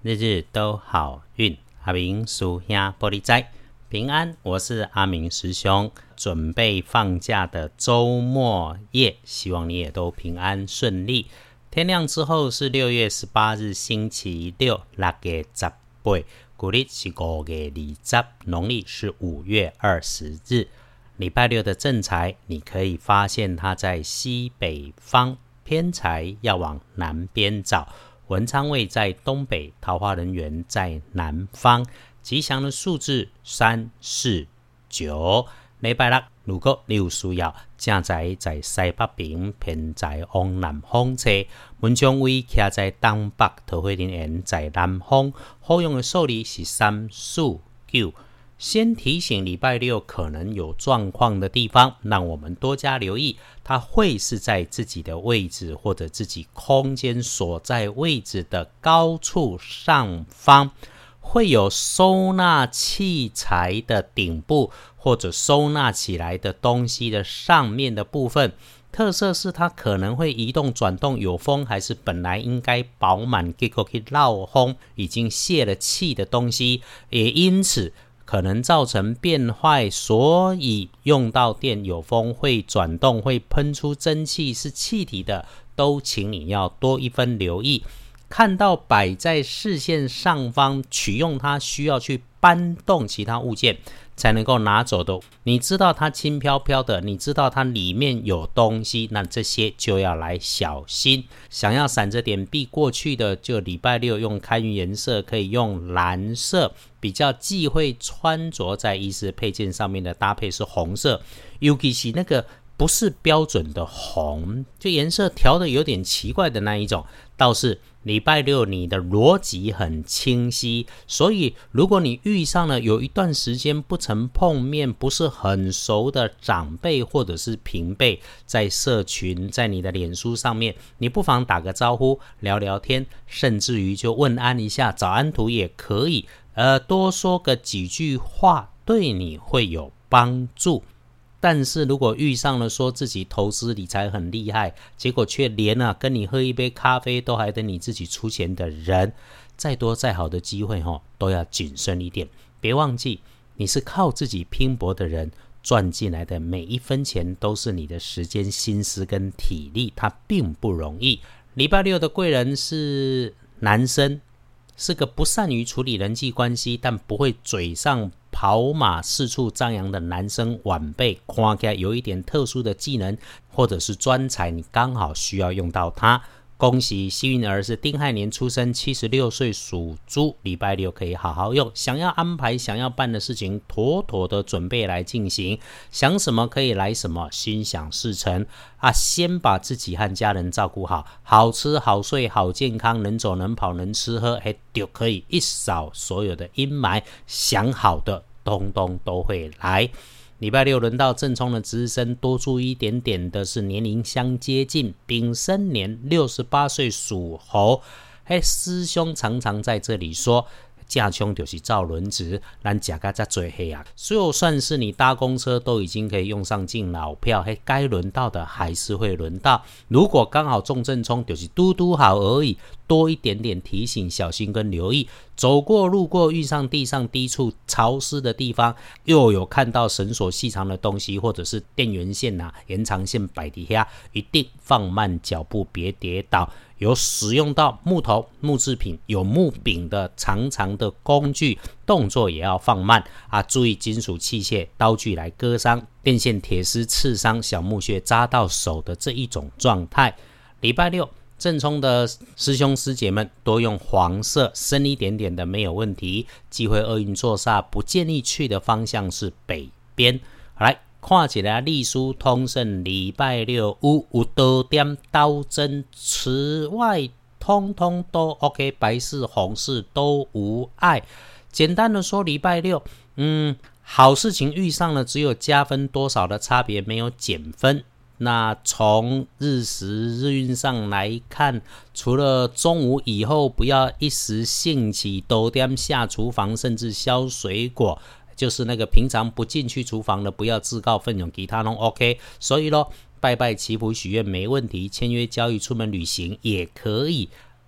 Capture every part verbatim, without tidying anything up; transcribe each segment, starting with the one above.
日日都好运。阿明属兄玻璃斋平安，我是阿明师兄。准备放假的周末夜，希望你也都平安顺利。天亮之后是六月十八日星期六，六月十八，古历是五月二十，农历是五月二十日。礼拜六的正财，你可以发现它在西北方，偏财要往南边找。文昌位在东北，桃花人缘在南方。吉祥的数字三、四、九。礼拜六，如果你有需要，正财在西北边，偏财往南方车。文昌位徛在东北，桃花人缘在南方。好用的数字是三、四、九。先提醒礼拜六可能有状况的地方，让我们多加留意，它会是在自己的位置或者自己空间所在位置的高处上方，会有收纳器材的顶部或者收纳起来的东西的上面的部分。特色是它可能会移动转动，有风还是本来应该饱满，结果去漏风，已经泄了气的东西，也因此可能造成变坏，所以用到电有风会转动，会喷出蒸汽，是气体的，都请你要多一分留意。看到摆在视线上方，取用它需要去搬动其他物件才能够拿走的，你知道它轻飘飘的，你知道它里面有东西，那这些就要来小心。想要闪着点避过去的，就礼拜六用开运颜色可以用蓝色，比较忌讳穿着在衣饰配件上面的搭配是红色，尤其是那个不是标准的红，就颜色调的有点奇怪的那一种。倒是礼拜六你的逻辑很清晰，所以如果你遇上了有一段时间不曾碰面，不是很熟的长辈或者是平辈，在社群在你的脸书上面，你不妨打个招呼聊聊天，甚至于就问安一下，早安图也可以，呃，多说个几句话对你会有帮助。但是如果遇上了说自己投资理财很厉害，结果却连啊跟你喝一杯咖啡都还得你自己出钱的人，再多再好的机会、哦、都要谨慎一点。别忘记你是靠自己拼搏的人，赚进来的每一分钱都是你的时间心思跟体力，它并不容易。礼拜六的贵人是男生，是个不善于处理人际关系，但不会嘴上跑马四处张扬的男生晚辈，看起来有一点特殊的技能或者是专才，你刚好需要用到它。恭喜幸运儿是丁亥年出生，七十六岁属猪，礼拜六可以好好用。想要安排想要办的事情，妥妥的准备来进行，想什么可以来什么，心想事成啊！先把自己和家人照顾好，好吃好睡好健康，能走能跑能吃喝，就可以一扫所有的阴霾。想好的通通都会来。礼拜六轮到正冲的值日生，多注意一点点的是年龄相接近，丙申年六十八岁属猴。师兄常常在这里说，驾冲就是造轮值，咱吃到这么多啊，就算是你搭公车都已经可以用上敬老票，该轮到的还是会轮到。如果刚好中正冲，就是嘟嘟好而已，多一点点提醒小心跟留意。走过路过遇上地上低处潮湿的地方，又有看到绳索细长的东西或者是电源线啊延长线摆底下，一定放慢脚步，别跌倒。有使用到木头木制品，有木柄的长长的工具，动作也要放慢啊！注意金属器械刀具来割伤，电线铁丝刺伤，小木屑扎到手的这一种状态。礼拜六正冲的师兄师姐们多用黄色，深一点点的没有问题。忌讳厄运坐煞，不建议去的方向是北边。好来看起来历书通胜礼拜六有有多点刀针，此外通通都 OK， 白事红事都无碍。简单的说，礼拜六嗯，好事情遇上了，只有加分多少的差别，没有减分。那从日时日运上来看，除了中午以后不要一时兴起多点下厨房，甚至削水果，就是那个平常不进去厨房的不要自告奋勇，其他都 OK。 所以咯，拜拜祈福许愿没问题，签约交易出门旅行也可以，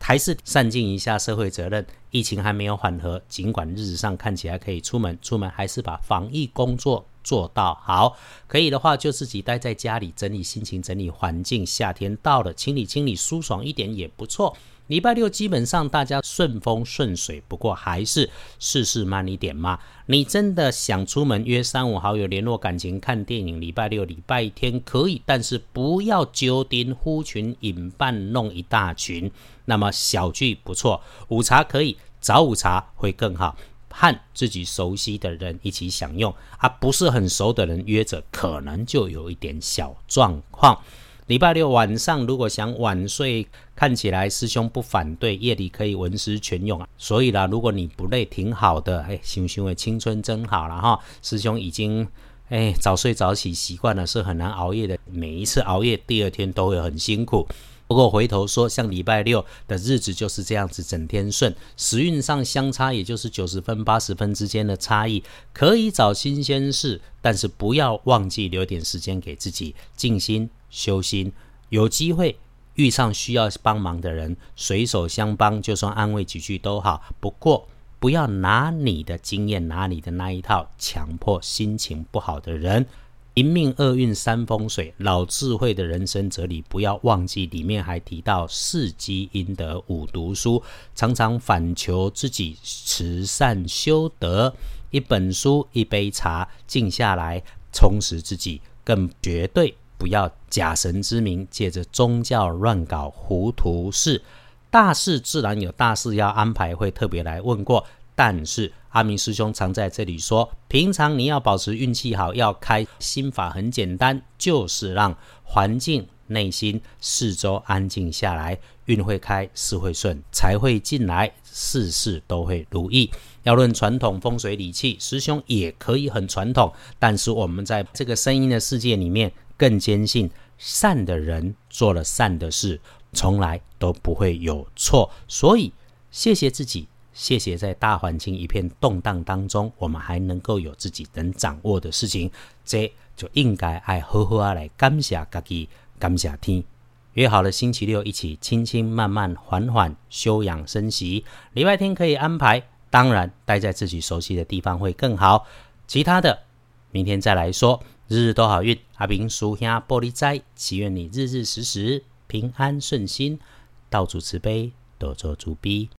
还是善尽一下社会责任。疫情还没有缓和，尽管日子上看起来可以出门，出门还是把防疫工作做到好。可以的话就自己待在家里，整理心情，整理环境。夏天到了，清理清理，舒爽一点也不错。礼拜六基本上大家顺风顺水，不过还是事事慢一点嘛。你真的想出门约三五好友联络感情看电影，礼拜六礼拜天可以，但是不要揪丁呼群引伴弄一大群。那么小聚不错，午茶可以，早午茶会更好，和自己熟悉的人一起享用啊，不是很熟的人约着可能就有一点小状况。礼拜六晚上如果想晚睡，看起来师兄不反对，夜里可以文思泉涌啊。所以啦，如果你不累挺好的，哎，想想的青春真好啦哈。师兄已经哎早睡早起习惯了，是很难熬夜的，每一次熬夜第二天都会很辛苦。不过回头说，像礼拜六的日子就是这样子，整天顺，时运上相差也就是九十分八十分之间的差异，可以找新鲜事，但是不要忘记留点时间给自己静心修心。有机会遇上需要帮忙的人，随手相帮，就算安慰几句都好。不过不要拿你的经验，拿你的那一套强迫心情不好的人。一命二运三风水，老智慧的人生哲理，不要忘记里面还提到四积阴德五读书，常常反求自己慈善修德。一本书一杯茶，静下来充实自己，更绝对不要假神之名，借着宗教乱搞糊涂事。大事自然有大事要安排，会特别来问过，但是阿明师兄常在这里说，平常你要保持运气好，要开心法很简单，就是让环境内心四周安静下来，运会开，事会顺，财会进来，事事都会如意。要论传统风水理气，师兄也可以很传统，但是我们在这个声音的世界里面更坚信，善的人做了善的事，从来都不会有错。所以谢谢自己，谢谢在大环境一片动荡当中，我们还能够有自己能掌握的事情，这就应该爱好好来感谢自己，感谢天。约好了星期六一起轻轻慢慢缓缓休养生息，礼拜天可以安排，当然待在自己熟悉的地方会更好，其他的明天再来说。日日都好运，阿明叔兄玻璃斋，祈愿你日日时时平安顺心，道主慈悲，多做主逼。